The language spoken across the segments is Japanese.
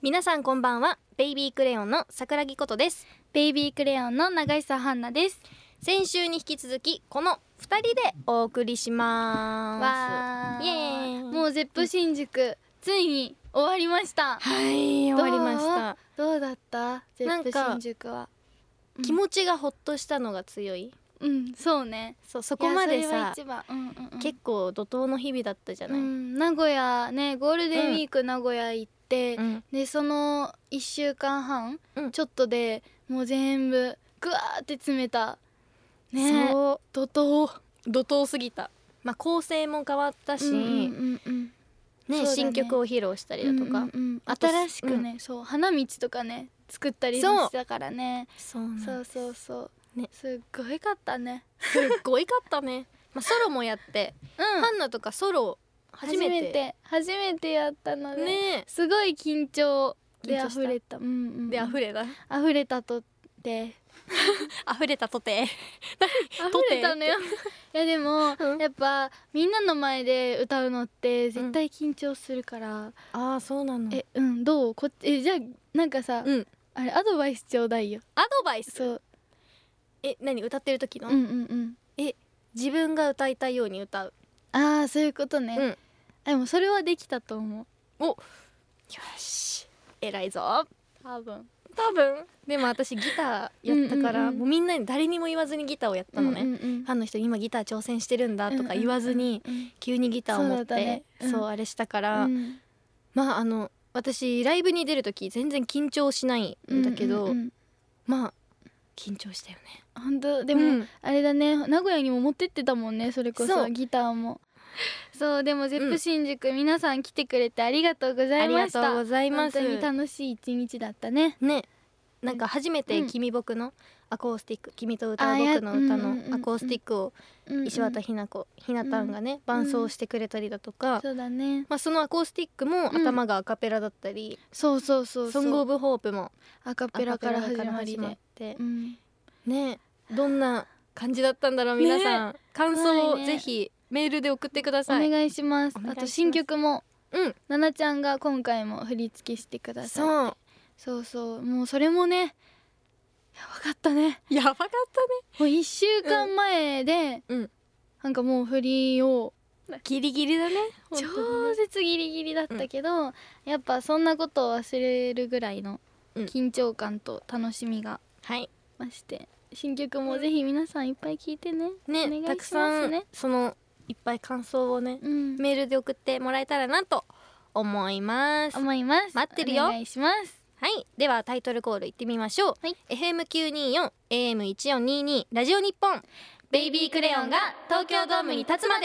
皆さんこんばんは。ベイビークレヨンの桜木ことです。 ベイビークレヨンの永久ハンナです。 先週に引き続きこの2人でお送りしまわす。イエーイ。 もうゼップ新宿、ついに終わりました。 はい終わりました。 どうだったゼップ新宿は。 気持ちがほっとしたのが強い。 そうね。 そこまでさ、 結結構怒涛の日々だったじゃない。 名古屋ね、ゴールデンウィーク名古屋行って、でその1週間半、ちょっとでもう全部グワーって詰めたね。 そう怒涛すぎた。まあ構成も変わったし、ね、新曲を披露したりだとか、 新しくね、そう花道とかね作ったりもしたからね。そうね、すっごいかったね。 すっごいかったね。まあソロもやって、ハンナとかソロ初めてやったので、ね、 すごい緊張で溢れた。溢れたとて溢れたとて溢れたのよ。いやでも、やっぱみんなの前で歌うのって絶対緊張するから。 ああそうなの。 どうじゃあなんかさ、あれアドバイスちょうだいよ。 アドバイス。 そう。 何歌ってる時の？自分が歌いたいように歌う。 ああそういうことね。でもそれはできたと思う。 お、よし偉いぞ。 多分でも私ギターやったから、もうみんなに誰にも言わずにギターをやったのね。ファンの人に今ギター挑戦してるんだとか言わずに急にギターを持ってそうあれしたから、まあ私ライブに出る時全然緊張しないんだけど、まあ緊張したよね。 本当でもあれだね、名古屋にも持ってってたもんね、それこそギターも。そうでもゼップ新宿、皆さん来てくれてありがとうございました。 ありがとうございます。 本当に楽しい一日だったね。 なんか初めて君僕のアコースティック、君と歌う僕の歌のアコースティックを石渡ひなたんがね伴奏してくれたりだとか、 そうだね。 まあそのアコースティックも頭がアカペラだったり、ソングオブホープもアカペラから始まってね、どんな感じだったんだろう。皆さん感想をぜひメールで送ってください。 お願いします。あと新曲もななちゃんが今回も振り付けしてくださって、そうもうそれもねやばかったね。 もう 1週間前でなんかもう振りをギリギリだね。 超絶ギリギリだったけど、やっぱそんなことを忘れるぐらいの緊張感と楽しみがまして、新曲もぜひ皆さんいっぱい聴いてね。お願いしますね。 たくさんそのいっぱい感想をね、メールで送ってもらえたらなと思います。 待ってるよ。お願いします。 はい、ではタイトルコールいってみましょう。FM924 AM1422 ラジオ日本ベイビークレヨンが東京ドームに立つまで。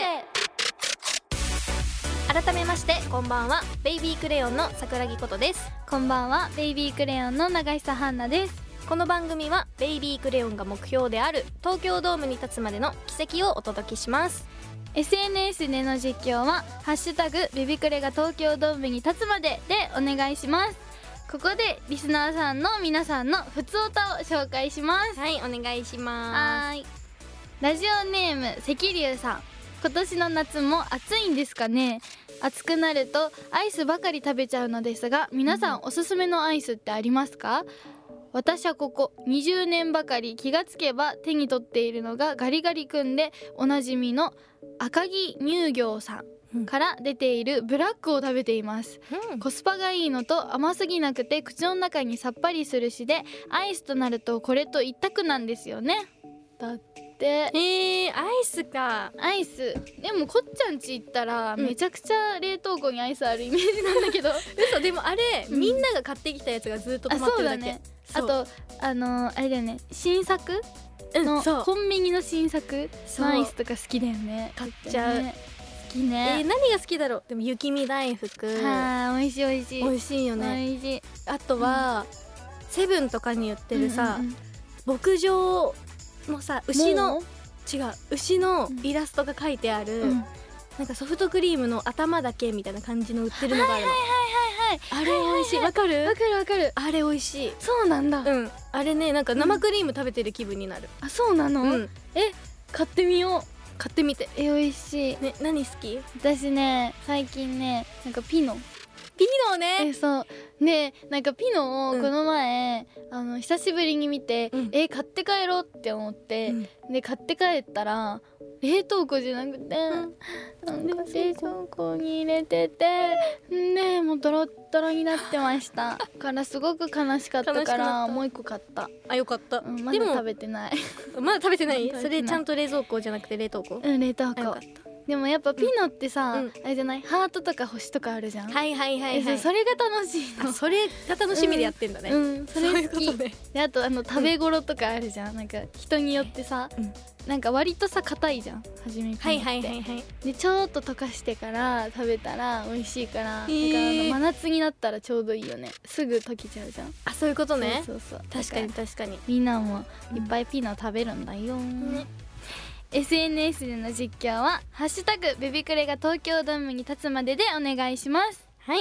改めましてこんばんは。ベイビークレヨンの桜木ことです。 こんばんは。ベイビークレヨンの永久ハンナです。 この番組はベイビークレヨンが目標である東京ドームに立つまでの奇跡をお届けします。 SNS での実況はハッシュタグベビクレが東京ドームに立つまででお願いします。ここでリスナーさんの皆さんのふつおたを紹介します。 はい、お願いします。 ラジオネーム関龍さん、今年の夏も暑いんですかね。暑くなるとアイスばかり食べちゃうのですが、皆さんおすすめのアイスってありますか？私はここ20年ばかり気がつけば手に取っているのがガリガリ君でおなじみの赤城乳業さんから出ているブラックを食べています。コスパがいいのと甘すぎなくて口の中にさっぱりするしで、アイスとなるとこれと一択なんですよね。だってアイスか。 アイスでもこっちゃん家行ったらめちゃくちゃ冷凍庫にアイスあるイメージなんだけど嘘。でもあれ、みんなが買ってきたやつがずっと止まってるだけ。 あとあれだよね、新作のコンビニの新作のアイスとか好きだよね。 買っちゃう。 好きね。 何が好きだろう。でも雪見大福。 美味しい美味しいよね。 美味しい。 あとはセブンとかに売ってるさ、牧場のさ牛のイラストが書いてある、なんかソフトクリームの頭だけみたいな感じの売ってるのがあるの。あれ美味しい。わかる。あれ美味しい。 そうなんだ。 あれね、なんか生クリーム食べてる気分になる。 あ、そうなの。買ってみよう。 買ってみて。 美味しいね。何好き？ 私ね、最近ね、なんかピノね。 そうでなんかピノをこの前、久しぶりに見て、買って帰ろうって思って、で買って帰ったら冷凍庫じゃなくて、なんか冷凍庫に入れてて、でもうドロッドロになってましたからすごく悲しかったからもう一個買った。 あ、よかった。 まだ食べてない。 まだ食べてない？それちゃんと冷蔵庫じゃなくて冷凍庫？ 冷凍庫。でもやっぱピノってさ、あれじゃない、ハートとか星とかあるじゃん。 はいはいはいはい。 それが楽しいの。 それが楽しみでやってんだね。 それ好き。であと食べ頃とかあるじゃん。なんか人によってさ、なんか割とさ硬いじゃん初めピノって。はいはいはいはい。でちょっと溶かしてから食べたら美味しいから、だから真夏になったらちょうどいいよね。すぐ溶けちゃうじゃん。 あ、そういうことね。 そうそう。 確かに確かに。 みんなもいっぱいピノ食べるんだよ。SNS での実況はハッシュタグベビクレが東京ドームに立つまででお願いします。 はい。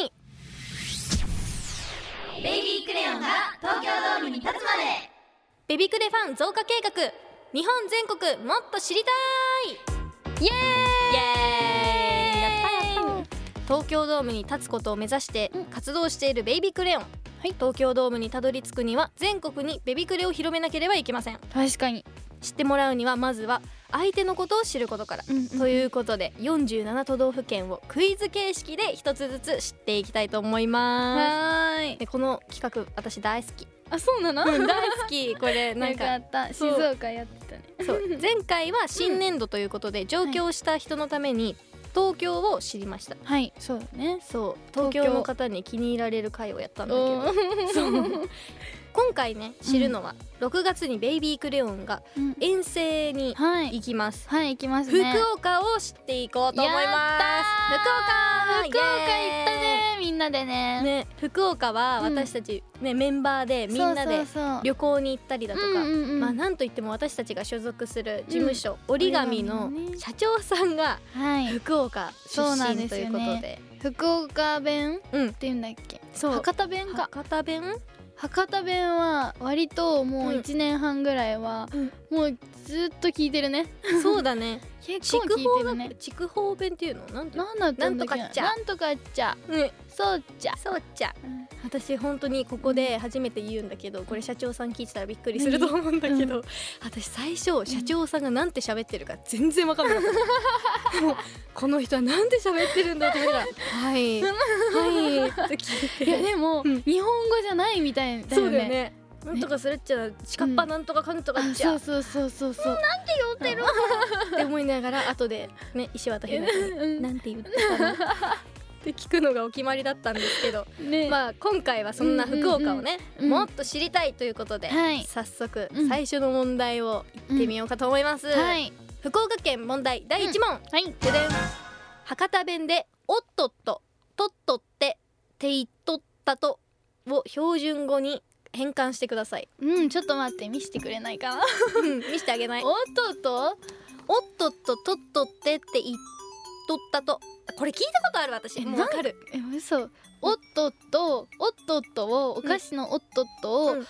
ベイビークレヨンが東京ドームに立つまで。 ベビクレファン増加計画、日本全国もっと知りたい。イエーイ、イエーイ、やったやった。東京ドームに立つことを目指して活動しているベイビークレヨン、東京ドームにたどり着くには全国にベビクレを広めなければいけません。 確かに。 知ってもらうにはまずは相手のことを知ることから、ということで47都道府県をクイズ形式で一つずつ知っていきたいと思います。 はい。 でこの企画私大好き。 あ、そうなの？ 大好き。これなんか静岡やってたね。 そう前回は新年度ということで上京した人のために東京を知りました。 はい、そうだね。 そう、東京の方に気に入られる回をやったんだけどそう今回ね知るのは、6月にベイビークレヨンが遠征に行きます。 はい、行きますね。 福岡を知っていこうと思います。 福岡行ったね、みんなでね。 福岡は私たちねメンバーでみんなで旅行に行ったりだとか、まあなんといっても私たちが所属する事務所折り紙の社長さんが福岡出身ということで、 福岡弁って言うんだっけ？博多弁か。博多弁は割ともう1年半ぐらいはもうずっと聞いてるね。 そうだね。 結構聞いてるね。 筑豊弁っていうの？なんとかっちゃ。なんとかっちゃ。そうちゃ。 そうちゃ。私本当にここで初めて言うんだけど、これ社長さん聞いてたらびっくりすると思うんだけど、私最初社長さんがなんて喋ってるか全然わかんなかった。もうこの人はなんて喋ってるんだと思ったら、はいはいって聞いて。 いやでも日本語じゃないみたいだよね。 そうだよね。なんとかするっちゃちかっぱなんとかかんとかっちゃ。 そう。なんて言ってるって思いながら後でね石渡ひなになんて言ってたのって聞くのがお決まりだったんですけど、まあ今回はそんな福岡をねもっと知りたいということで、早速最初の問題をいってみようかと思います。福岡県問題第1問。博多弁でおっとっととっとってていっとったとを標準語に変換してください。 ちょっと待って、見せてくれないかな見せてあげない。 おっとっとおっとっととっとってって言っとったと。これ聞いたことある。私もうわかる。 嘘。おっとっとをお菓子のおっとっとを取って、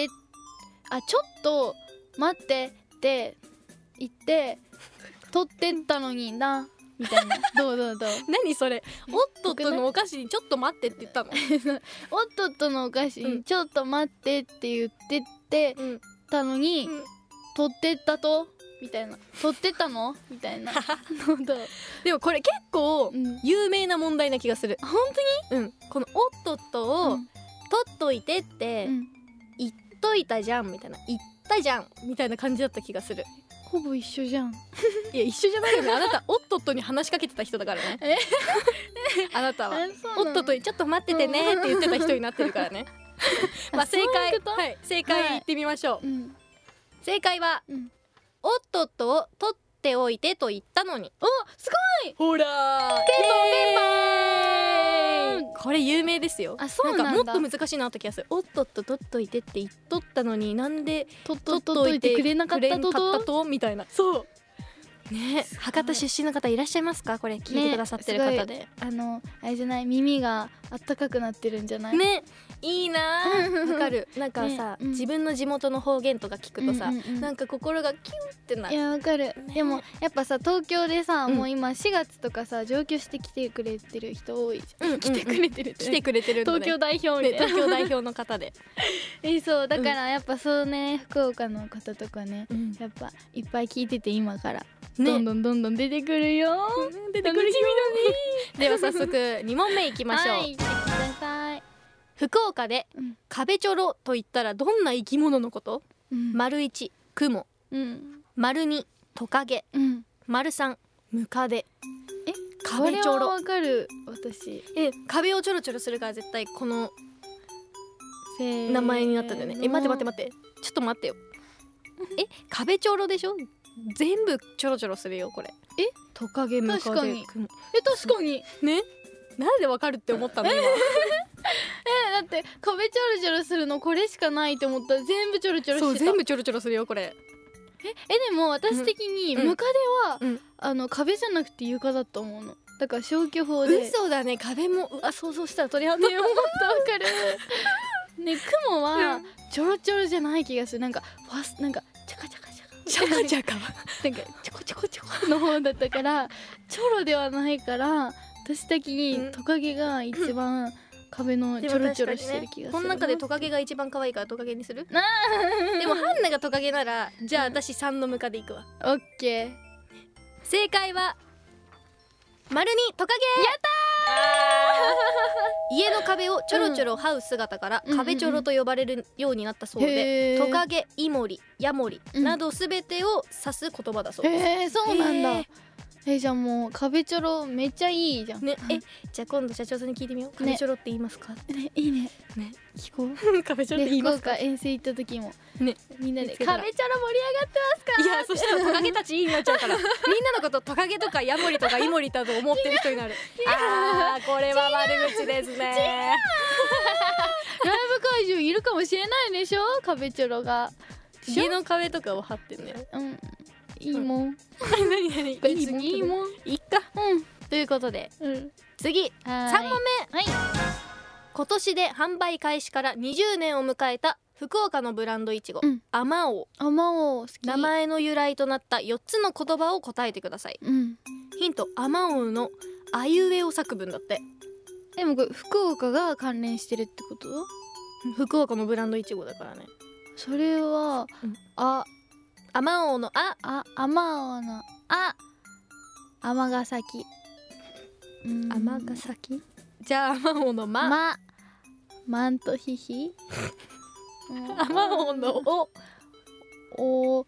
ちょっと待ってって言って取ってったのになみたいな。どう何それ。おっとっとのお菓子にちょっと待ってって言ったのおっとっとのお菓子にちょっと待ってって言ってってたのに、取ってったとみたいな。取ってったのみたいなでもこれ結構有名な問題な気がする。 本当に？ このおっとっとを取っといてって言っといたじゃんみたいな、言ったじゃんみたいな感じだった気がする。 ほぼ一緒じゃん。 いや一緒じゃないよね。あなたおっとっとに話しかけてた人だからね。あなたはおっとっとにちょっと待っててねって言ってた人になってるからね。まあ正解言ってみましょう。正解はおっとっとを取っておいてと言ったのに。 お、すごい。 ほらー、 ペンポン。 これ有名ですよ。 そうなんだ。 もっと難しいなって気がする。おっとっと取っといてって言っとったのになんで取っといてくれなかったとみたいな。そうね、博多出身の方いらっしゃいますか？これ聞いてくださってる方で、 あれじゃない、耳があったかくなってるんじゃない？ ね、いいなわかる。なんかさ、自分の地元の方言とか聞くとさ、なんか心がキュンってなる。 いやわかる、でもやっぱさ東京でさ、もう今4月とかさ上京してきてくれてる人多いじゃん。来てくれてるって来てくれてるんだね。 東京代表みたいな、 東京代表の方でそうだからやっぱそうね、福岡の方とかね、やっぱいっぱい聞いてて今からどんどん出てくるよ。 出てくるよ。では早速2問目いきましょう。 はい、行ってください。 福岡で壁チョロと言ったらどんな生き物のこと？丸1、雲。丸2、トカゲ。丸3、ムカデ。 壁チョロわかる。私壁をチョロチョロするから絶対この名前になったんだよね。待ってちょっと待ってよ。壁チョロでしょ？全部チョロチョロするよこれ。トカゲ、ムカデ、 確かに雲。 確かにね、なんでわかるって思ったの今。 だって壁チョロチョロするのこれしかないと思ったら全部チョロチョロしてた。 そう、全部チョロチョロするよこれ。 でも私的にムカデは、壁じゃなくて床だと思うの。だから消去法で。 嘘だね、壁も想像したら鳥肌ね、思ったわかる。ね、雲はチョロチョロじゃない気がする。なんかなんかチャカチャカチャカチャカなんかチョコチョコチョコの方だったからチョロではないから、私的にトカゲが一番壁のチョロチョロしてる気がする。 この中でトカゲが一番可愛いからトカゲにする？でもハンナがトカゲならじゃあ私3のムカデいくわ。 オッケー。 正解は丸2、トカゲ。 やったー。家の壁をちょろちょろ這う姿から壁チョロと呼ばれるようになったそうで、トカゲ、イモリ、ヤモリなどすべてを指す言葉だそうです。 そうなんだ。じゃあもう壁チョロめっちゃいいじゃんね。 じゃあ今度社長さんに聞いてみよう。壁チョロって言いますか？ いいね。聞こう。 壁チョロって言いますか？ 福岡遠征行った時もね、みんなで壁チョロ盛り上がってますか？ いや、そしたらトカゲたちいいになっちゃうからみんなのことトカゲとかヤモリとかイモリだと思ってる人になる。これは悪口ですね。 ライブ会場いるかもしれないでしょ、壁チョロが。 家の壁とかを張ってんだよ。 いいもん。 何別にいいもん。 いっか。ということで次3問目。今年で販売開始から20年を迎えた福岡のブランドいちご、あまおう。名前の由来となった4つの言葉を答えてください。ヒント、あまおうのあいうえお作文だって。 でもこれ福岡が関連してるってこと？ 福岡のブランドいちごだからね。 それはあまおうのあまおうの尼崎。 尼崎。じゃああまおうのまマントヒヒ。 あまおうのお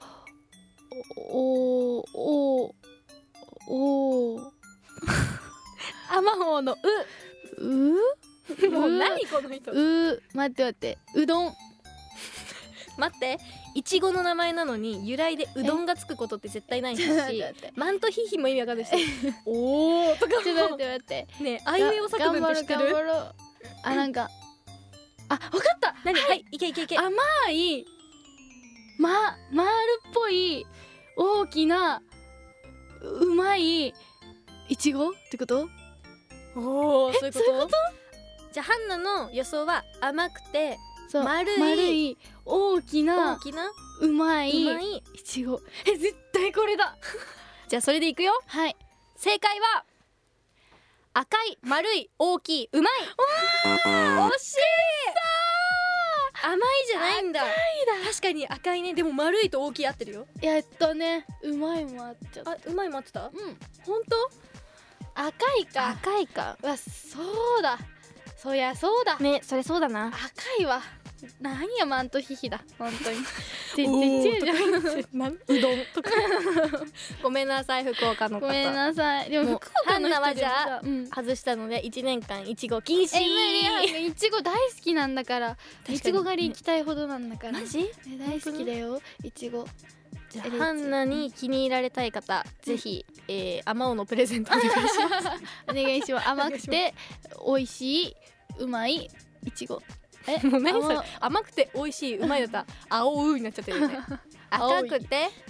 あまおうのもう何この人。 待ってうどん。 待って、いちごの名前なのに由来でうどんがつくことって絶対ないし、マントヒヒも意味わかんないしおーとかも。 ちょっと待ってね、あいうえお作文って知ってる？ なんかわかった。 何？はい、いけ。 甘い丸っぽい大きなうまいいちごってこと？ おお、そういうこと？じゃあハンナの予想は甘くて丸い大きなうまいいちご。絶対これだ。 じゃあそれでいくよ。 はい、 正解は赤い、丸い、大きい、うまい。惜しい。甘いじゃないんだ。確かに赤いね。でも丸いと大きい合ってるよ。 やったね。うまいもあっちゃった。 うまいもあってた？ 本当？赤いか。そうだ。そりゃそうだね。それそうだな。 赤いわ。なんやマントヒヒだ。本当に全然違うじゃん。 うどんとかごめんなさい福岡の方。 ごめんなさい。でも福岡の人はじゃあ外したので1年間いちご禁止。 いちご大好きなんだから。いちご狩り行きたいほどなんだから。 マジ？ 大好きだよいちご。 じゃあハンナに気に入られたい方ぜひあまおうのプレゼントお願いします。 お願いします。甘くて美味しいうまいいちご。 もう何それ、甘くて美味しいうまいだったら青うになっちゃってるよね。赤くて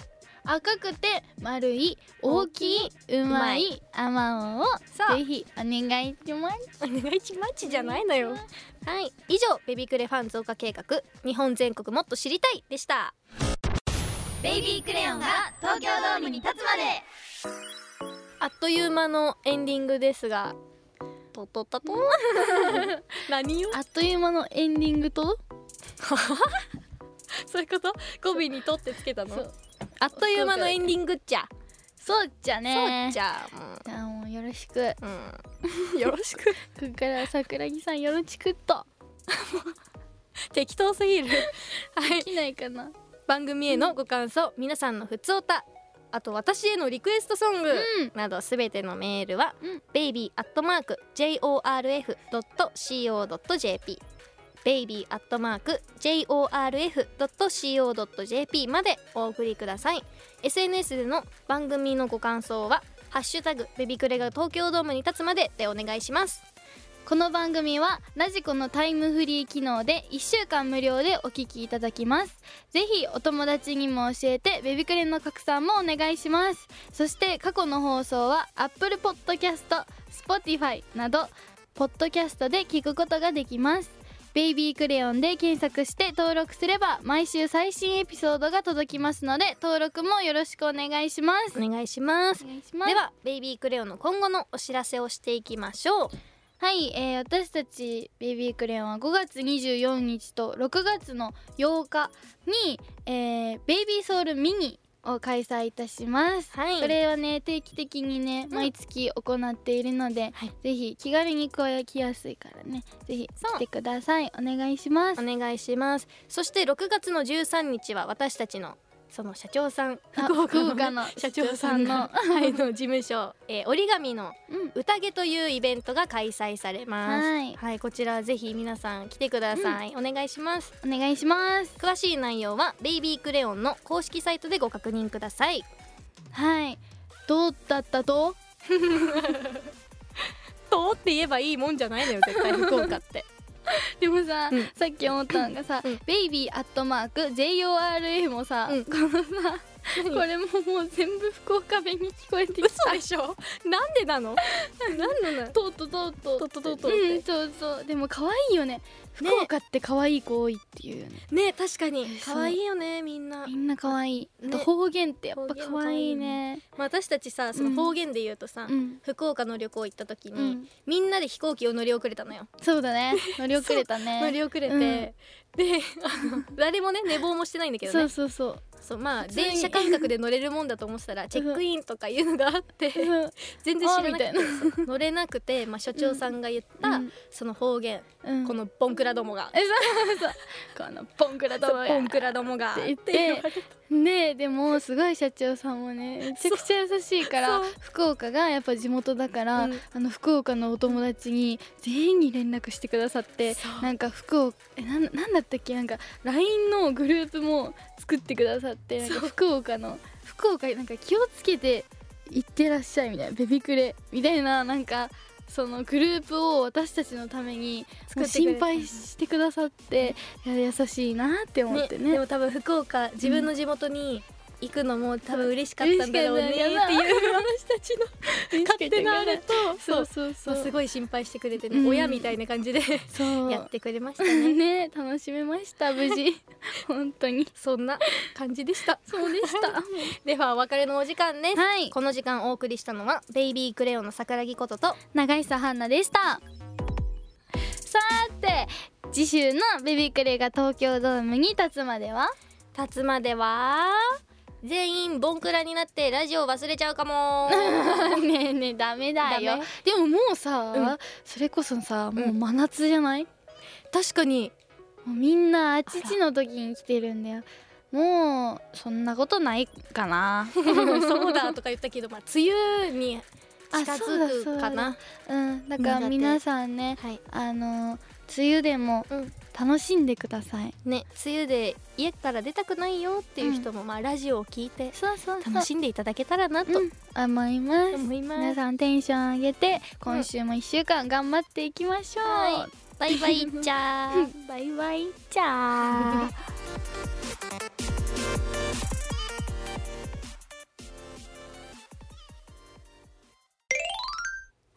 赤くて丸い大きいうまいあまおうをぜひお願いします。 お願いしますじゃないのよ。はい、以上ベビークレファン増加計画日本全国もっと知りたいでした。 ベイビークレヨンが東京ドームに立つまで。 あっという間のエンディングですが、ととたと何よあっという間のエンディングとそういうこと？語尾にとってつけたの？ そう、 あっという間のエンディングっちゃ。 そうじゃね。 そうじゃ。 じゃあもうよろしく、 よろしく。 ここからは桜木さんよろしくっと適当すぎる。はい。 できないかな。 番組へのご感想、皆さんのふつおた、あと私へのリクエストソングなどすべてのメールは、baby@jorf.co.jp baby@jorf.co.jp までお送りください。 SNS での番組のご感想はハッシュタグベビクレが東京ドームに立つまででお願いします。 この番組はラジコのタイムフリー機能で1週間無料でお聞きいただきます。ぜひお友達にも教えてベビクレの拡散もお願いします。そして過去の放送は Apple Podcast、Spotify などポッドキャストで聞くことができます。ベイビークレヨンで検索して登録すれば毎週最新エピソードが届きますので登録もよろしくお願いします。 お願いします。 お願いします。 ではベイビークレヨンの今後のお知らせをしていきましょう。 はい、私たちベイビークレヨンは5月24日と6月の8日に、ベイビーソウルミニを開催いたします、はい、これはね定期的にね、毎月行っているので、はい、ぜひ気軽に来やすいからねぜひ来てください。お願いします。 お願いします。そして6月の13日は私たちのその社長さん、福岡の社長さんの事務所、折り紙の宴というイベントが開催されます、はい、こちらぜひ皆さん来てください、お願いします。 お願いします。 詳しい内容はベイビークレヨンの公式サイトでご確認ください。 はい、どうだったととって言えばいいもんじゃないのよ絶対福岡ってでもさ、さっき思ったのがさ、ベイビー@JORF もさ、このさこれももう全部福岡弁に聞こえてきた。 嘘でしょ。なんでなのなんなのとうとってそうそう。でも可愛いよね。福岡って可愛い子多いっていうよね。 ね、確かに可愛いよね。みんな可愛い。方言ってやっぱ可愛いね。 私たちさ、その方言で言うとさ、福岡の旅行行った時にみんなで飛行機を乗り遅れたのよ。 そうだね、乗り遅れたね。 乗り遅れて、で誰もね寝坊もしてないんだけどね。そうまあ電車感覚で乗れるもんだと思ってたらチェックインとかいうのがあって全然知らなくて乗れなくて、まあ、所長さんが言ったその方言、このボンクラどもがこのボンクラどもがって言ってね。でもすごい社長さんもねめちゃくちゃ優しいから福岡がやっぱ地元だから、福岡のお友達に全員に連絡してくださって、なんか福岡なんだったっけ、なんか LINE のグループも作ってくださって、なんか福岡なんか気をつけて行ってらっしゃいみたいな、ベビクレみたいな、なんかそのグループを私たちのために心配してくださって、優しいなって思ってね。 でも多分福岡自分の地元に行くのも多分嬉しかったんだろうねっていう私たちの勝手なあれと、そうすごい心配してくれてね、親みたいな感じでやってくれましたね。 楽しめました無事本当にそんな感じでした。 そうでしたではお別れのお時間です、この時間お送りしたのはベイビークレヨンの桜木ことと長久ハンナでした。さて次週のベビークレが東京ドームに立つまでは全員ボンクラになってラジオ忘れちゃうかもねえねえダメだよ。でももうさ、それこそさもう真夏じゃない？ 確かにもうみんなあちちの時に来てるんだよ。もうそんなことないかなそうだとか言ったけど、まあ梅雨に近づくかな。 だから皆さんね、梅雨でも楽しんでくださいね。梅雨で家から出たくないよっていう人も、まあラジオを聞いて楽しんでいただけたらなと思います。皆さんテンション上げて今週も1週間頑張っていきましょう。 バイバイちゃーバイバイちゃー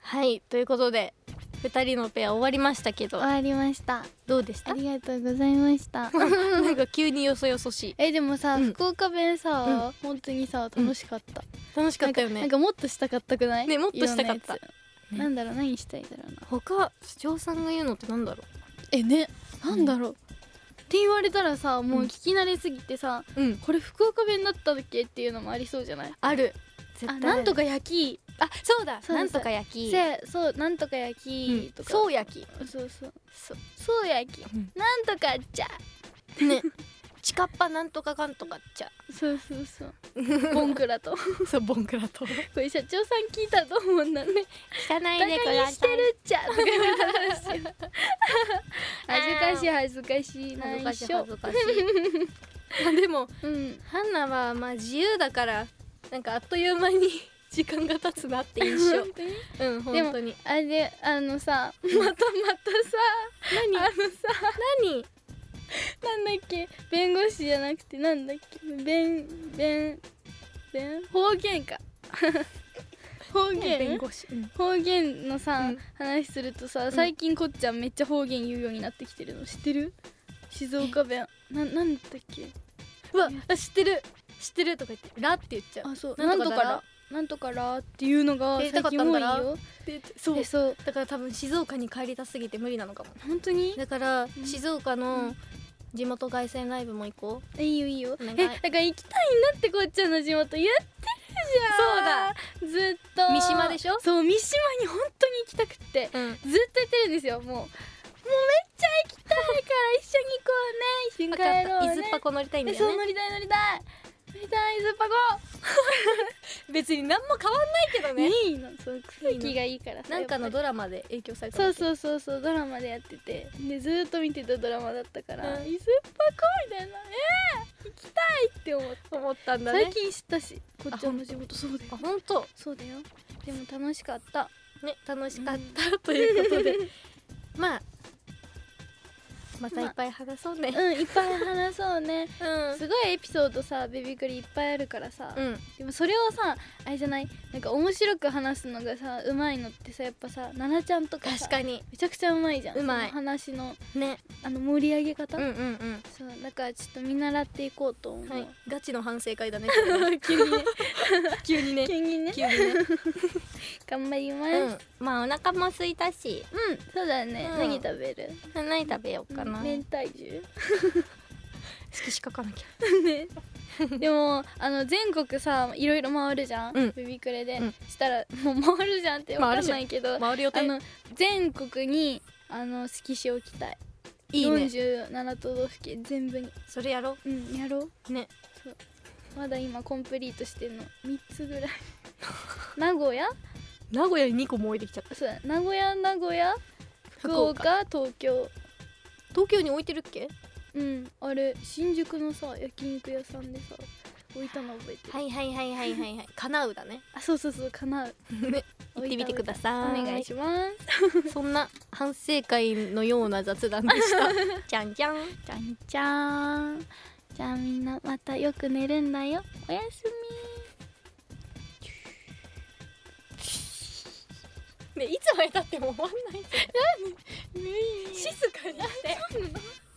はいということで2人のペア終わりましたけど、 終わりました。 どうでした？ ありがとうございましたなんか急によそよそしい。 でもさ、 うん福岡弁さ、本当にさ楽しかった、 楽しかったよね。 なんかもっとしたかったくない？ ねもっとしたかったいろんなやつなんだろう、何したいだろうな。 他市長さんが言うのってなんだろね、なんだろう、って言われたらさ、もう聞き慣れすぎてさ、 う。うんこれ福岡弁だったっけっていうのもありそうじゃない？ ある。絶対なんとか焼き、 あそうだそうなんとか焼き、 そうなんとか焼きとか、 そう焼きそうそうそそう焼き、 うんなんとかじゃ、 ねちかっぱなんとかかんとかっちゃそうそうそうボンクラとそうボンクラとこれ社長さん聞いたと思うんだね。 汚いバねカにしてるっちゃとか言われたらしい恥ずかしい恥ずかしい内緒。 恥ずかしいまあでもうんハンナはまあ自由だからなんかあっという間に時間が経つなって印象。 本当にうん本当に。 あれでさまたさ何さ何なんだっけ、弁護士じゃなくてなんだっけ、方言か方弁言護士、 方言のさ、 うん話するとさ、最近こっちゃんめっちゃ方言言うようになってきてるの知ってる？静岡弁なんだったっけ？ うわ知ってるとか言ってラって言っちゃう。 あそう、 なとかだらなんとからっていうのが最近多いよ。 そうそうだから多分静岡に帰りたすぎて無理なのかも。 本当にだから静岡の地元凱旋ライブも行こう。 いいよいいよ。 お願いだから行きたいなってこっちゃんの地元言ってるじゃん。ずっと三島でしょ？ そう、三島に本当に行きたくって、ずっと言ってるんですよ。もうめっちゃ行きたいから一緒に行こうね、一緒に帰ろうね。 伊豆パコ乗りたいんだよね。 そう乗りたい伊豆パコ別に何も変わんないけどね。 いいの、そう空気がいいからさ。 なんかのやっぱりドラマで影響されたそうドラマでやってて、でずっと見てたドラマだったから、 うん伊豆パコみたいな、行きたいって思ったんだね。 最近知ったし、こっちゃんの地元そうだよ。 あ本当そうだよ。でも楽しかった。 ね楽しかったということでまあまたいっぱい話そうね。 いっぱい話そうね。 うんすごいエピソードさ、ベビクリいっぱいあるからさ、でもそれをさ、あれじゃない、なんか面白く話すのがさ、うまいのってさ、やっぱさ、ななちゃんとかさ、 確かにめちゃくちゃうまいじゃん。 うまいその話のね。 盛り上げ方、 うんそうだからちょっと見習っていこうと思う。 はいガチの反省会だね。 急にね急にね急にね急にね。 頑張ります。 まあお腹も空いたしそうだね。 うん何食べる？ 何食べようかな。 明太汁。 色紙書かなきゃ。 ね。でも全国さ、いろいろ回るじゃん、ベビクレで、したらもう回るじゃんってわかんないけど、 回る予定。 全国に色紙置きたい。 いいね。 47都道府県全部に。 それやろやろうね。 そう、まだ今コンプリートしてんの3つぐらい。名古屋に2個も置いてきちゃった。 そう、名古屋福岡東京に置いてるっけ？ あれ新宿のさ焼肉屋さんでさ置いたの覚えてる。 はいかなうだね。 あ、そうかなう。 ね行ってみてください。 お願いします。 そんな反省会のような雑談でした。じゃんじゃん。 じゃんじゃーん。じゃあみんなまたよく寝るんだよ。おやすねいつまでたっても終わんない。静かにして。